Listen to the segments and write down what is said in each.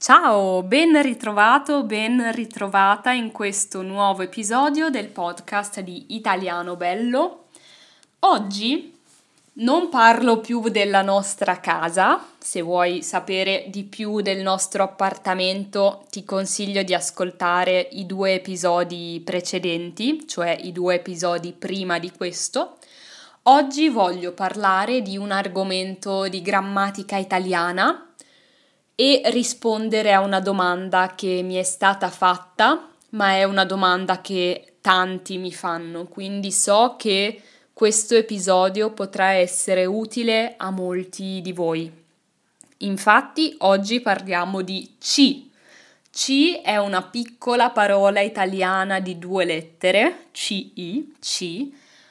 Ciao, ben ritrovato, ben ritrovata in questo nuovo episodio del podcast di Italiano Bello. Oggi non parlo più della nostra casa. Se vuoi sapere di più del nostro appartamento, ti consiglio di ascoltare i 2 episodi precedenti, cioè i 2 episodi prima di questo. Oggi voglio parlare di un argomento di grammatica italiana e rispondere a una domanda che mi è stata fatta, ma è una domanda che tanti mi fanno, quindi so che questo episodio potrà essere utile a molti di voi. Infatti, oggi parliamo di C. C è una piccola parola italiana di 2 lettere, C-I, C,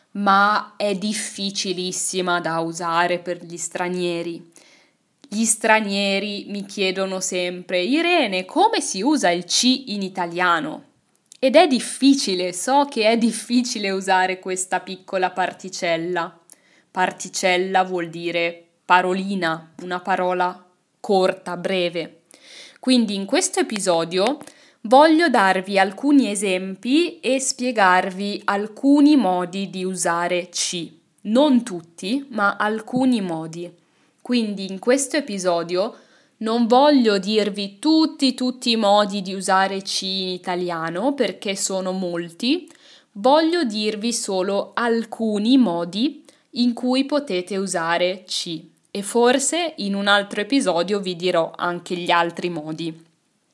ma è difficilissima da usare per gli stranieri. Gli stranieri mi chiedono sempre: Irene, come si usa il C in italiano? Ed è difficile, so che è difficile usare questa piccola particella. Particella vuol dire parolina, una parola corta, breve. Quindi in questo episodio voglio darvi alcuni esempi e spiegarvi alcuni modi di usare C. Non tutti, ma alcuni modi. Quindi in questo episodio non voglio dirvi tutti i modi di usare C in italiano perché sono molti, voglio dirvi solo alcuni modi in cui potete usare C e forse in un altro episodio vi dirò anche gli altri modi.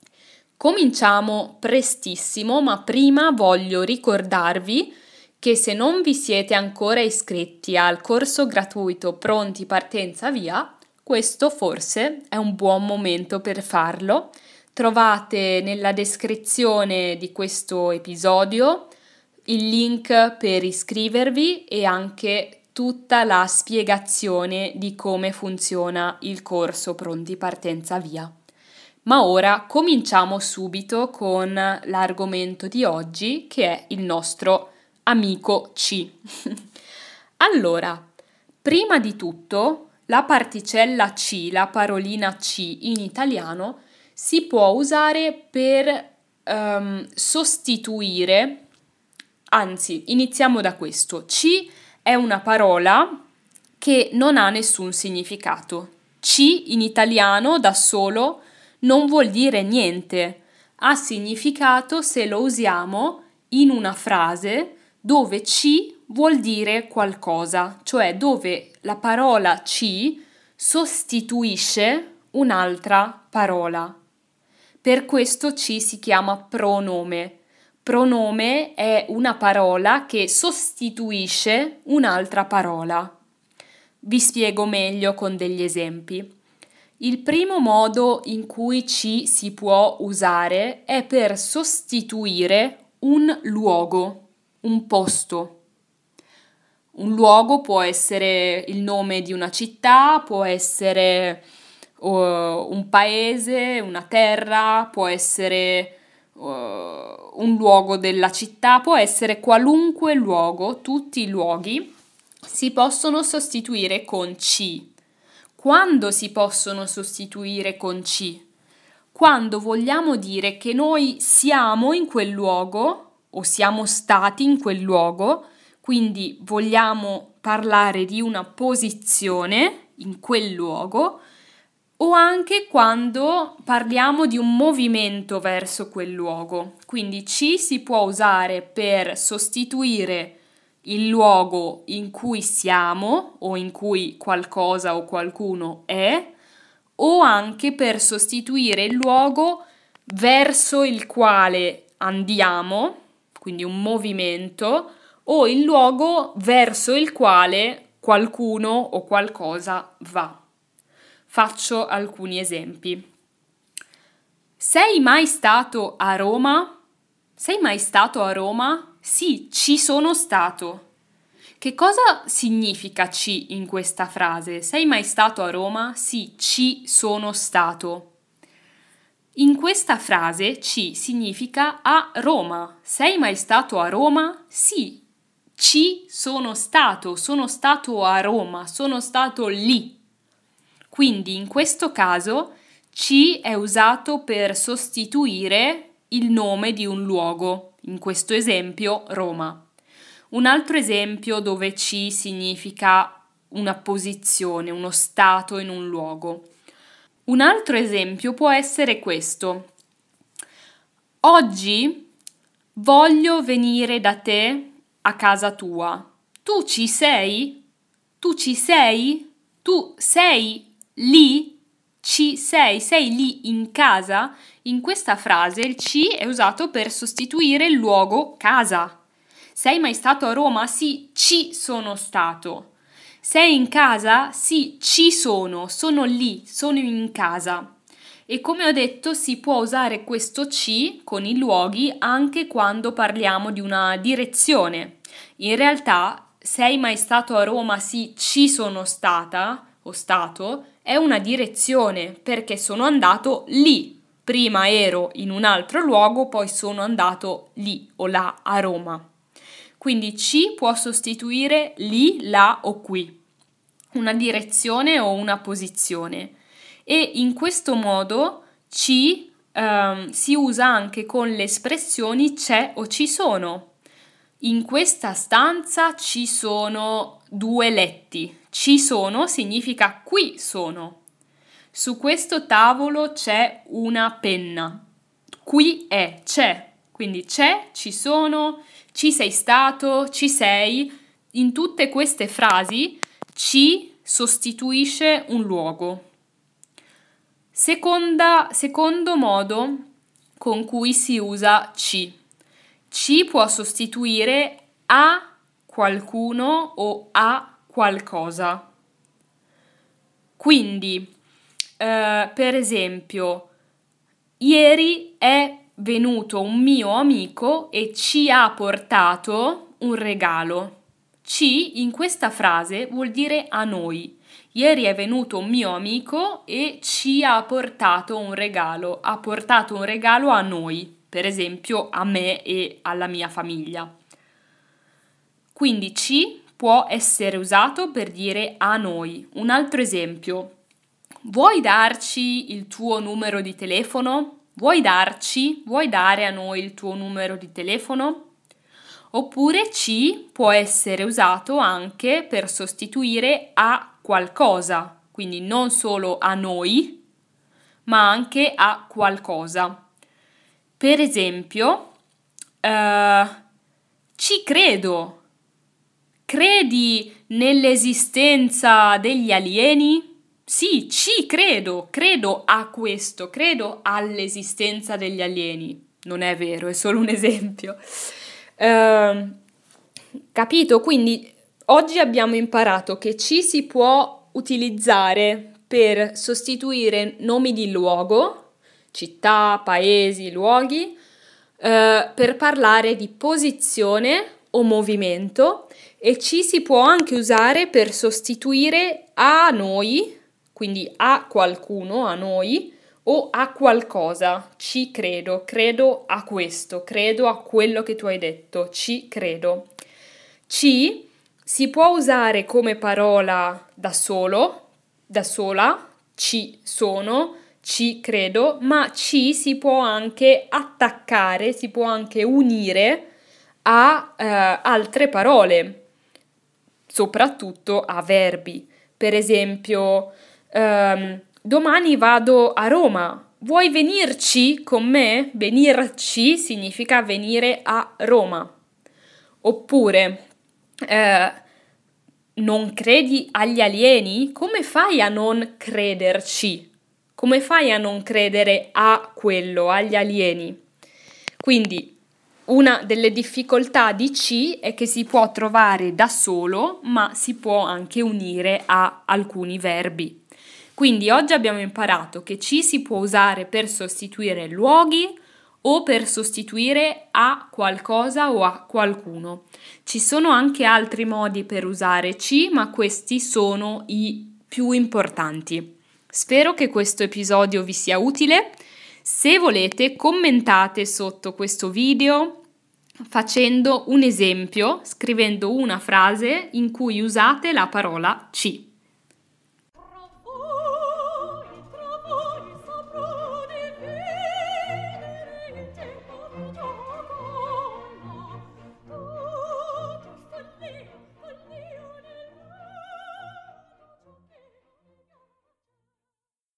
Cominciamo prestissimo, ma prima voglio ricordarvi che se non vi siete ancora iscritti al corso gratuito Pronti Partenza Via, questo forse è un buon momento per farlo. Trovate nella descrizione di questo episodio il link per iscrivervi e anche tutta la spiegazione di come funziona il corso Pronti Partenza Via. Ma ora cominciamo subito con l'argomento di oggi, che è il nostro amico C. Allora, prima di tutto, la particella C, la parolina C in italiano, si può usare per sostituire, anzi, iniziamo da questo. C è una parola che non ha nessun significato. C in italiano da solo non vuol dire niente. Ha significato se lo usiamo in una frase dove C vuol dire qualcosa, cioè dove la parola C sostituisce un'altra parola. Per questo C si chiama pronome. Pronome è una parola che sostituisce un'altra parola. Vi spiego meglio con degli esempi. Il primo modo in cui C si può usare è per sostituire un luogo, un posto. Un luogo può essere il nome di una città, può essere un paese, una terra, può essere un luogo della città, può essere qualunque luogo, tutti i luoghi si possono sostituire con C. Quando si possono sostituire con C? Quando vogliamo dire che noi siamo in quel luogo o siamo stati in quel luogo, quindi vogliamo parlare di una posizione in quel luogo, o anche quando parliamo di un movimento verso quel luogo. Quindi C si può usare per sostituire il luogo in cui siamo o in cui qualcosa o qualcuno è, o anche per sostituire il luogo verso il quale andiamo, quindi un movimento, o il luogo verso il quale qualcuno o qualcosa va. Faccio alcuni esempi. Sei mai stato a Roma? Sei mai stato a Roma? Sì, ci sono stato. Che cosa significa C in questa frase? Sei mai stato a Roma? Sì, ci sono stato. In questa frase C significa a Roma. Sei mai stato a Roma? Sì, ci sono stato a Roma, sono stato lì. Quindi in questo caso ci è usato per sostituire il nome di un luogo, in questo esempio Roma. Un altro esempio dove ci significa una posizione, uno stato in un luogo. Un altro esempio può essere questo. Oggi voglio venire da te a casa tua. Tu ci sei? Tu ci sei? Tu sei lì? Ci sei? Sei lì in casa? In questa frase il ci è usato per sostituire il luogo casa. Sei mai stato a Roma? Sì, ci sono stato. Sei in casa? Sì, ci sono lì, sono in casa. E come ho detto, si può usare questo ci con i luoghi anche quando parliamo di una direzione. In realtà, sei mai stato a Roma? Sì, ci sono stata o stato, è una direzione perché sono andato lì. Prima ero in un altro luogo, poi sono andato lì o là a Roma. Quindi ci può sostituire lì, là o qui, una direzione o una posizione. E in questo modo ci si usa anche con le espressioni c'è o ci sono. In questa stanza ci sono 2 letti. Ci sono significa qui sono. Su questo tavolo c'è una penna. Qui c'è. Quindi c'è, ci sono, ci sei stato, ci sei. In tutte queste frasi ci sostituisce un luogo. Secondo modo con cui si usa ci. Ci può sostituire a qualcuno o a qualcosa. Quindi, per esempio, ieri è venuto un mio amico e ci ha portato un regalo. Ci in questa frase vuol dire a noi. Ieri è venuto un mio amico e ci ha portato un regalo. Ha portato un regalo a noi, per esempio a me e alla mia famiglia. Quindi ci può essere usato per dire a noi. Un altro esempio. Vuoi darci il tuo numero di telefono? Vuoi dare a noi il tuo numero di telefono? Oppure ci può essere usato anche per sostituire a qualcosa, quindi non solo a noi, ma anche a qualcosa. Per esempio, ci credo. Credi nell'esistenza degli alieni? Sì, ci credo a questo, credo all'esistenza degli alieni. Non è vero, è solo un esempio. Capito? Quindi oggi abbiamo imparato che ci si può utilizzare per sostituire nomi di luogo, città, paesi, luoghi, per parlare di posizione o movimento, e ci si può anche usare per sostituire a noi, quindi a qualcuno, a noi, o a qualcosa. Ci credo, credo a questo, credo a quello che tu hai detto, ci credo. Ci si può usare come parola da solo, da sola, ci sono, ci credo, ma ci si può anche attaccare, si può anche unire a altre parole, soprattutto a verbi. Per esempio, domani vado a Roma. Vuoi venirci con me? Venirci significa venire a Roma. Oppure, non credi agli alieni? Come fai a non crederci? Come fai a non credere a quello, agli alieni? Quindi, una delle difficoltà di ci è che si può trovare da solo, ma si può anche unire a alcuni verbi. Quindi oggi abbiamo imparato che ci si può usare per sostituire luoghi o per sostituire a qualcosa o a qualcuno. Ci sono anche altri modi per usare ci, ma questi sono i più importanti. Spero che questo episodio vi sia utile. Se volete, commentate sotto questo video facendo un esempio, scrivendo una frase in cui usate la parola ci.